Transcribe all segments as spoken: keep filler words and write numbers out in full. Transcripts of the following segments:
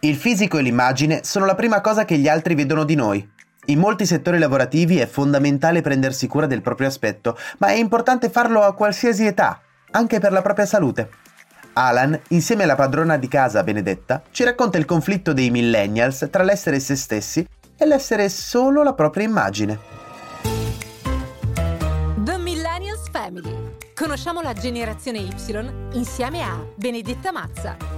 Il fisico e l'immagine sono la prima cosa che gli altri vedono di noi. In molti settori lavorativi è fondamentale prendersi cura del proprio aspetto, ma è importante farlo a qualsiasi età, anche per la propria salute. Alan, insieme alla padrona di casa Benedetta, ci racconta il conflitto dei millennials tra l'essere se stessi e l'essere solo la propria immagine. The Millennials Family. Conosciamo la generazione Y insieme a Benedetta Mazza.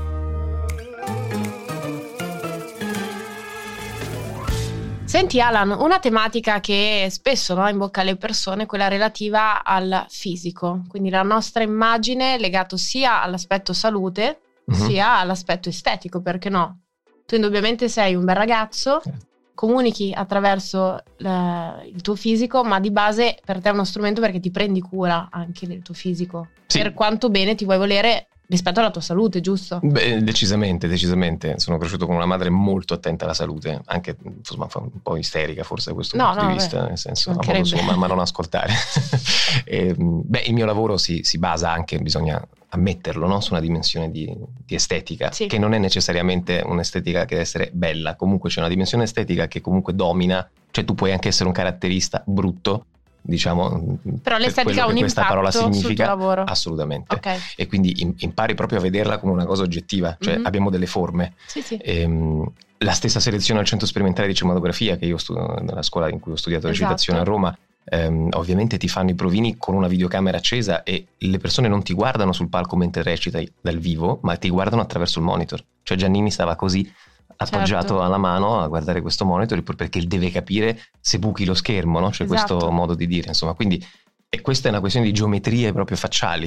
Senti Alan, una tematica che spesso no, imbocca le persone è quella relativa al fisico, quindi la nostra immagine legato sia all'aspetto salute mm-hmm. sia all'aspetto estetico, perché no? Tu indubbiamente sei un bel ragazzo, comunichi attraverso l- il tuo fisico, ma di base per te è uno strumento perché ti prendi cura anche del tuo fisico, sì. Per quanto bene ti vuoi volere rispetto alla tua salute, giusto? Beh, decisamente, decisamente. Sono cresciuto con una madre molto attenta alla salute, anche insomma, un po' isterica forse da questo no, punto no, di vista, beh, nel senso, a modo suo, ma, ma non ascoltare. e, beh, il mio lavoro si, si basa anche, bisogna ammetterlo, no? Su una dimensione di, di estetica, sì. Che non è necessariamente un'estetica che deve essere bella, comunque c'è una dimensione estetica che comunque domina, cioè tu puoi anche essere un caratterista brutto, diciamo, però l'estetica ha un questa parola impatto significa, sul tuo lavoro. Assolutamente, okay. E quindi impari proprio a vederla come una cosa oggettiva, cioè mm-hmm. abbiamo delle forme, sì, sì. Ehm, la stessa selezione al centro sperimentale di cinematografia che io studio nella scuola in cui ho studiato esatto. recitazione a Roma, ehm, ovviamente ti fanno i provini con una videocamera accesa e le persone non ti guardano sul palco mentre reciti dal vivo, ma ti guardano attraverso il monitor, cioè Giannini stava così appoggiato certo. alla mano a guardare questo monitor perché deve capire se buchi lo schermo, no? C'è esatto. questo modo di dire, insomma, quindi e questa è una questione di geometrie proprio facciali.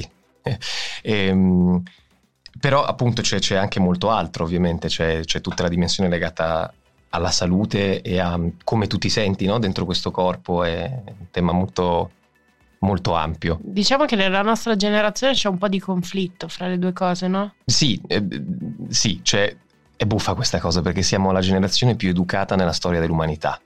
e, però appunto c'è, c'è anche molto altro, ovviamente c'è, c'è tutta la dimensione legata alla salute e a come tu ti senti, no? Dentro questo corpo, è un tema molto molto ampio. Diciamo che nella nostra generazione c'è un po' di conflitto fra le due cose, no? Sì, eh, sì, c'è. È buffa questa cosa perché siamo la generazione più educata nella storia dell'umanità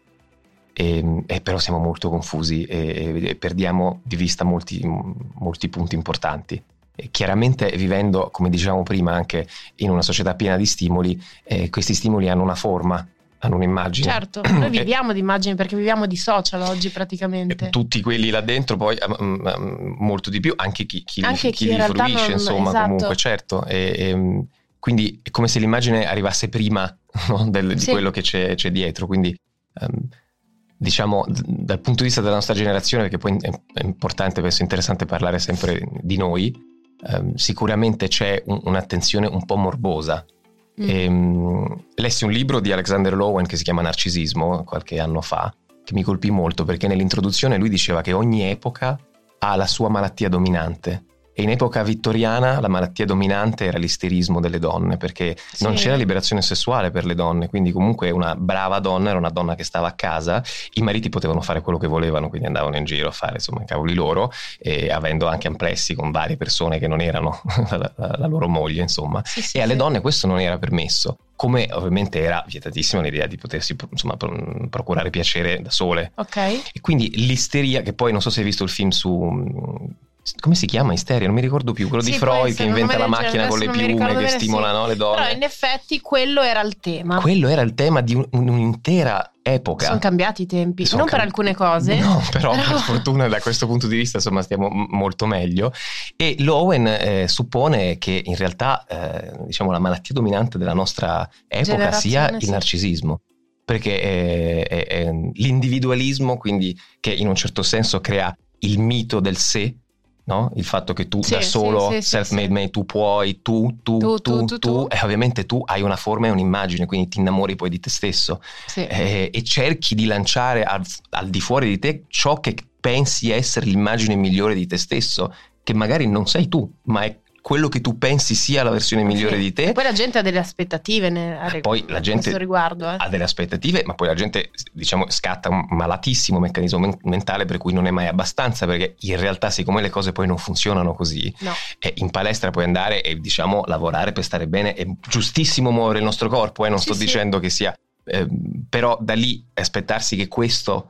e, e però siamo molto confusi e, e perdiamo di vista molti, molti punti importanti. E chiaramente vivendo, come dicevamo prima, anche in una società piena di stimoli, eh, questi stimoli hanno una forma, hanno un'immagine. Certo, noi viviamo di immagini perché viviamo di social oggi praticamente. Tutti quelli là dentro poi um, molto di più, anche chi, chi, anche chi, chi chi li in fruisce, non, insomma, esatto. comunque certo. E, e, quindi è come se l'immagine arrivasse prima, no? Del, sì. di quello che c'è, c'è dietro, quindi um, diciamo d- dal punto di vista della nostra generazione, perché poi è, è importante, penso interessante parlare sempre di noi, um, sicuramente c'è un, un'attenzione un po' morbosa. Mm. E, um, lessi un libro di Alexander Lowen che si chiama Narcisismo qualche anno fa, che mi colpì molto perché nell'introduzione lui diceva che ogni epoca ha la sua malattia dominante. E in epoca vittoriana la malattia dominante era l'isterismo delle donne, perché sì. non c'era liberazione sessuale per le donne, quindi comunque una brava donna era una donna che stava a casa, i mariti potevano fare quello che volevano, quindi andavano in giro a fare insomma i cavoli loro, e avendo anche amplessi con varie persone che non erano la, la, la loro moglie, insomma, sì, sì, e alle sì. donne questo non era permesso. Come ovviamente era vietatissima l'idea di potersi insomma procurare piacere da sole. Ok. E quindi l'isteria, che poi non so se hai visto il film su... come si chiama Isteria? Non mi ricordo più, quello sì, di Freud che inventa la macchina con le piume che stimola sì. no, le donne. Però in effetti quello era il tema. Quello era il tema di un, un'intera epoca. Sono cambiati i tempi, Sono non cam- per alcune cose. No, però per fortuna da questo punto di vista insomma stiamo m- molto meglio. E Lowen eh, suppone che in realtà eh, diciamo la malattia dominante della nostra epoca sia il sì. narcisismo. Perché è, è, è l'individualismo, quindi che in un certo senso crea il mito del sé, no? Il fatto che tu sì, da solo, sì, sì, self-made sì. man, tu puoi, tu, tu, tu, tu, tu, tu, tu, e ovviamente tu hai una forma e un'immagine, quindi ti innamori poi di te stesso sì. eh, e cerchi di lanciare al, al di fuori di te ciò che pensi essere l'immagine migliore di te stesso, che magari non sei tu, ma è quello che tu pensi sia la versione migliore sì. di te. E poi la gente ha delle aspettative ne, a, poi la gente questo riguardo eh. ha delle aspettative, ma poi la gente diciamo scatta un malatissimo meccanismo men- mentale per cui non è mai abbastanza, perché in realtà siccome le cose poi non funzionano così, no. eh, in palestra puoi andare e diciamo lavorare per stare bene, è giustissimo muovere il nostro corpo, eh, non sì, sto sì. dicendo che sia eh, però da lì aspettarsi che questo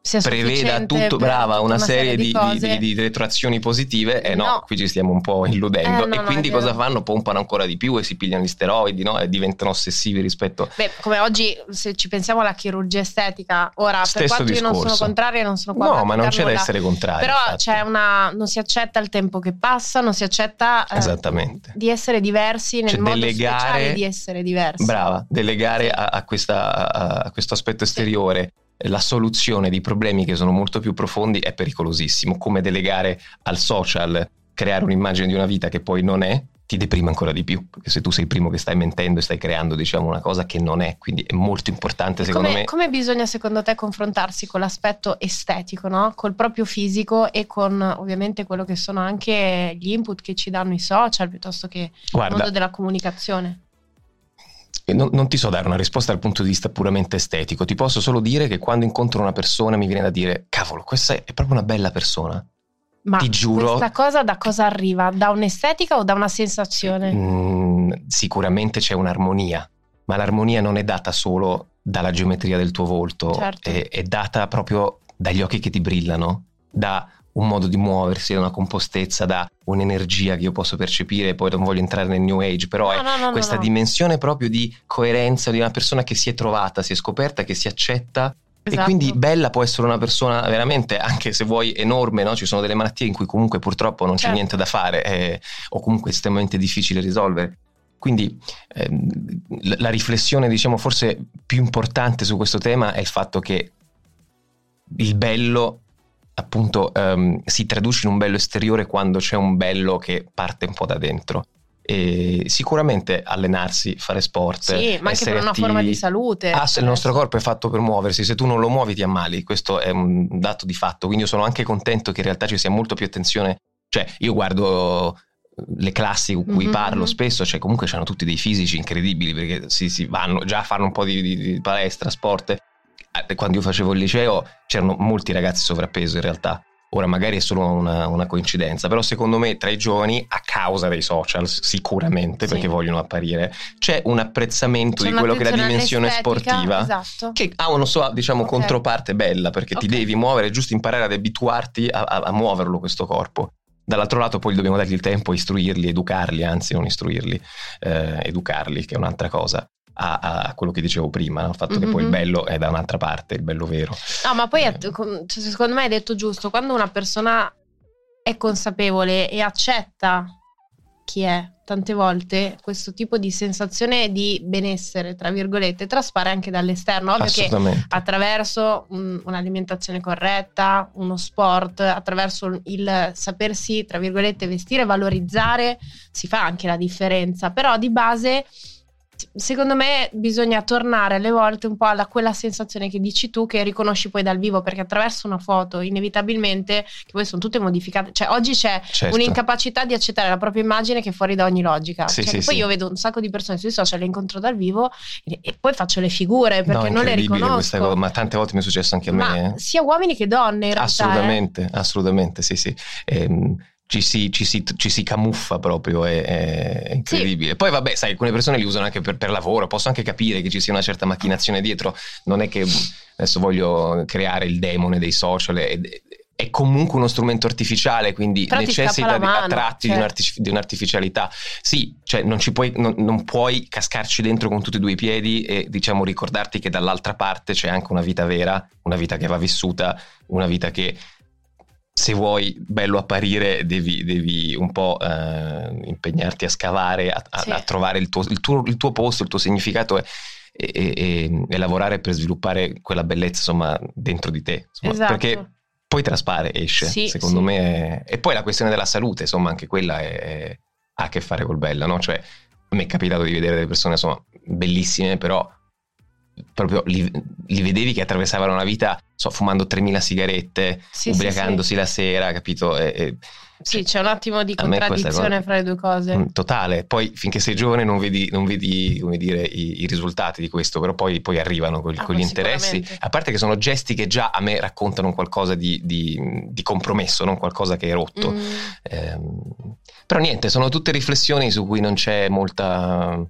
preveda tutto, brava, una, una serie, serie di, di, di, di retroazioni positive, e eh no, no, qui ci stiamo un po' illudendo, eh, no, e quindi no, cosa fanno? Pompano ancora di più e si pigliano gli steroidi, no? E diventano ossessivi rispetto. Beh, come oggi, se ci pensiamo alla chirurgia estetica, ora Stesso per quanto discorso. Io non sono contraria, non sono qua no, ma non c'è nulla, da essere contraria, però infatti. C'è una, non si accetta il tempo che passa, non si accetta eh, Esattamente. di essere diversi nel cioè, modo delegare, speciale di essere diversi. Brava, delegare a, a, questa, a, a questo aspetto esteriore la soluzione di problemi che sono molto più profondi è pericolosissimo, come delegare al social creare un'immagine di una vita che poi non è, ti deprime ancora di più, perché se tu sei il primo che stai mentendo e stai creando, diciamo, una cosa che non è, quindi è molto importante secondo come, me. Come bisogna secondo te confrontarsi con l'aspetto estetico, no? Col proprio fisico e con ovviamente quello che sono anche gli input che ci danno i social piuttosto che Guarda, il mondo della comunicazione? Non, non ti so dare una risposta dal punto di vista puramente estetico, ti posso solo dire che quando incontro una persona mi viene da dire cavolo, questa è proprio una bella persona. Ma ti giuro, questa cosa da cosa arriva? Da un'estetica o da una sensazione? Mm, sicuramente c'è un'armonia, ma l'armonia non è data solo dalla geometria del tuo volto, certo. è, è data proprio dagli occhi che ti brillano, da un modo di muoversi, da una compostezza, da un'energia che io posso percepire. Poi non voglio entrare nel new age, però no, è no, no, questa no, no. dimensione proprio di coerenza di una persona che si è trovata, si è scoperta, che si accetta. Esatto. E quindi bella può essere una persona veramente, anche se vuoi, enorme, no? Ci sono delle malattie in cui comunque purtroppo non c'è certo. niente da fare, eh, o comunque estremamente difficile risolvere. Quindi ehm, la riflessione, diciamo, forse più importante su questo tema è il fatto che il bello appunto um, si traduce in un bello esteriore quando c'è un bello che parte un po' da dentro. E sicuramente allenarsi, fare sport, sì, ma anche per una attivi. forma di salute. Ah, se il nostro corpo è fatto per muoversi, se tu non lo muovi ti ammali, questo è un dato di fatto. Quindi io sono anche contento che in realtà ci sia molto più attenzione. Cioè io guardo le classi con cui mm-hmm. parlo spesso, cioè comunque hanno tutti dei fisici incredibili, perché si, si vanno già a fare un po' di, di, di palestra, sport. Quando io facevo il liceo c'erano molti ragazzi sovrappeso in realtà. Ora magari è solo una, una coincidenza, però secondo me tra i giovani, a causa dei social sicuramente, sì. perché vogliono apparire, c'è un apprezzamento c'è di quello che è la dimensione sportiva, esatto. che ha una sua, diciamo, okay. controparte bella, perché okay. ti devi muovere, è giusto imparare ad abituarti a, a, a muoverlo questo corpo. Dall'altro lato poi dobbiamo dargli il tempo, istruirli, educarli, anzi non istruirli, eh, educarli, che è un'altra cosa. A, a quello che dicevo prima, no? Il fatto mm-hmm. che poi il bello è da un'altra parte, il bello vero. No, ma poi eh. cioè, secondo me hai detto giusto, quando una persona è consapevole e accetta chi è, tante volte questo tipo di sensazione di benessere, tra virgolette, traspare anche dall'esterno. Ovvio che attraverso un, un'alimentazione corretta, uno sport, attraverso il sapersi, tra virgolette, vestire, valorizzare, si fa anche la differenza, però di base secondo me bisogna tornare alle volte un po' alla quella sensazione che dici tu, che riconosci poi dal vivo, perché attraverso una foto inevitabilmente, che poi sono tutte modificate, cioè oggi c'è certo. un'incapacità di accettare la propria immagine che è fuori da ogni logica, sì, cioè sì, che poi sì. io vedo un sacco di persone sui social, le incontro dal vivo e, e poi faccio le figure perché no, non le riconosco, questa cosa, ma tante volte mi è successo anche a ma me, eh. sia uomini che donne in realtà, assolutamente, eh. assolutamente sì sì ehm, Ci si, ci, si, ci si camuffa proprio, è, è incredibile. Sì. Poi vabbè, sai, alcune persone li usano anche per, per lavoro, posso anche capire che ci sia una certa macchinazione dietro, non è che adesso voglio creare il demone dei social, è, è comunque uno strumento artificiale, quindi però necessita di, a tratti cioè. di, un'artific- di un'artificialità. Sì, cioè non, ci puoi, non, non puoi cascarci dentro con tutti e due i piedi e diciamo ricordarti che dall'altra parte c'è anche una vita vera, una vita che va vissuta, una vita che se vuoi bello apparire devi, devi un po' eh, impegnarti a scavare, a, a, sì. a trovare il tuo, il, tuo, il tuo posto, il tuo significato e, e, e, e lavorare per sviluppare quella bellezza insomma dentro di te, insomma, esatto. perché poi traspare, esce, sì, secondo sì. me è, e poi la questione della salute, insomma anche quella è, è, ha a che fare col bello, no? Cioè a me è capitato di vedere delle persone insomma bellissime, però proprio li, li vedevi che attraversavano la vita so, fumando tremila sigarette, sì, ubriacandosi sì, sì. la sera, capito? E, e, sì, cioè, c'è un attimo di contraddizione fra le due cose. Totale. Poi finché sei giovane non vedi, non vedi come dire, i, i risultati di questo, però poi, poi arrivano con, ah, con gli interessi. A parte che sono gesti che già a me raccontano qualcosa di, di, di compromesso, non qualcosa che è rotto. Mm. Eh, però niente, sono tutte riflessioni su cui non c'è molta...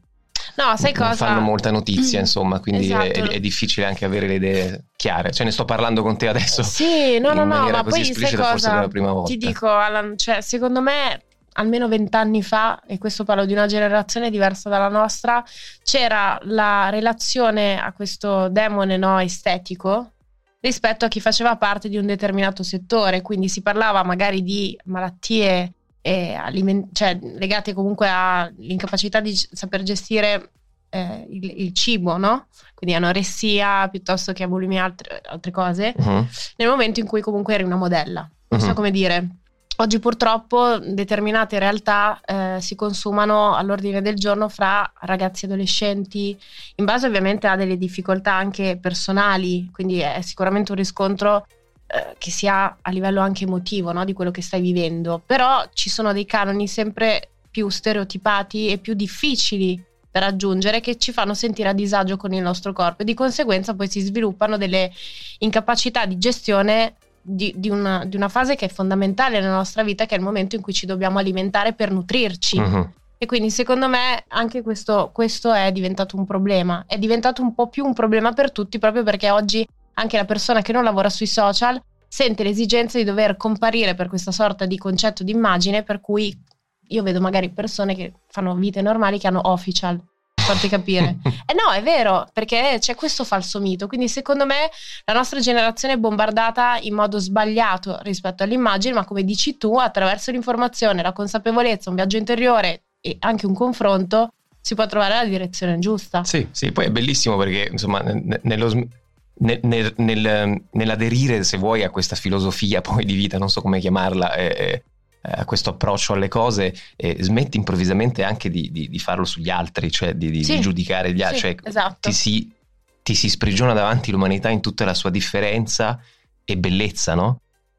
No, sai non cosa? fanno molta notizia, insomma, quindi Esatto. è, è difficile anche avere le idee chiare. Cioè, ne sto parlando con te adesso. Sì, no, no, in no, maniera ma così poi sai esplicita, forse per cosa? la prima volta. Ti dico, Alan, cioè, secondo me almeno vent'anni fa, e questo parlo di una generazione diversa dalla nostra, c'era la relazione a questo demone, no, estetico rispetto a chi faceva parte di un determinato settore, quindi si parlava magari di malattie eh, aliment- cioè, legate comunque all'incapacità di g- saper gestire eh, il, il cibo, no? Quindi anoressia piuttosto che bulimia, altre, altre cose, Uh-huh. nel momento in cui comunque eri una modella. Non so Mhm. come dire. Oggi purtroppo determinate realtà eh, si consumano all'ordine del giorno fra ragazzi e adolescenti, in base ovviamente a delle difficoltà anche personali, quindi è sicuramente un riscontro eh, che si ha a livello anche emotivo, no, di quello che stai vivendo, però ci sono dei canoni sempre più stereotipati e più difficili da raggiungere che ci fanno sentire a disagio con il nostro corpo e di conseguenza poi si sviluppano delle incapacità di gestione Di, di, una, di una fase che è fondamentale nella nostra vita, che è il momento in cui ci dobbiamo alimentare per nutrirci. Uh-huh. E quindi secondo me anche questo, questo è diventato un problema, è diventato un po' più un problema per tutti, proprio perché oggi anche la persona che non lavora sui social sente l'esigenza di dover comparire per questa sorta di concetto di immagine, per cui io vedo magari persone che fanno vite normali che hanno official, per farti capire. Eh no, è vero, perché c'è questo falso mito, quindi secondo me la nostra generazione è bombardata in modo sbagliato rispetto all'immagine, ma come dici tu, attraverso l'informazione, la consapevolezza, un viaggio interiore e anche un confronto si può trovare la direzione giusta. Sì, sì, poi è bellissimo perché insomma ne- nello sm- nel, nel, nel, nell'aderire, se vuoi, a questa filosofia poi di vita, non so come chiamarla, eh, eh, a questo approccio alle cose, eh, smetti improvvisamente anche di, di, di farlo sugli altri, cioè di, di, Sì, di giudicare gli altri, sì, cioè esatto. ti si, ti si sprigiona davanti l'umanità in tutta la sua differenza e bellezza, no?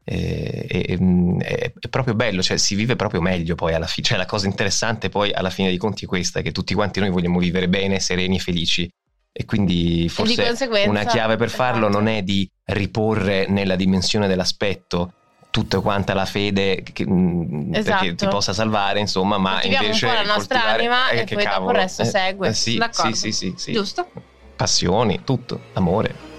E, e, è, è proprio bello, cioè si vive proprio meglio poi alla fine, cioè la cosa interessante poi alla fine dei conti è questa, che tutti quanti noi vogliamo vivere bene, sereni e felici, e quindi forse di conseguenza, una chiave per farlo esatto, non è di riporre nella dimensione dell'aspetto tutta quanta la fede che, esatto, perché ti possa salvare, insomma, ma coltiviamo invece un po' la nostra coltivare, anima eh, e che poi dopo cavolo, il resto eh, segue. eh, sì, D'accordo. sì, sì, sì, sì. Giusto? Passioni, tutto, amore.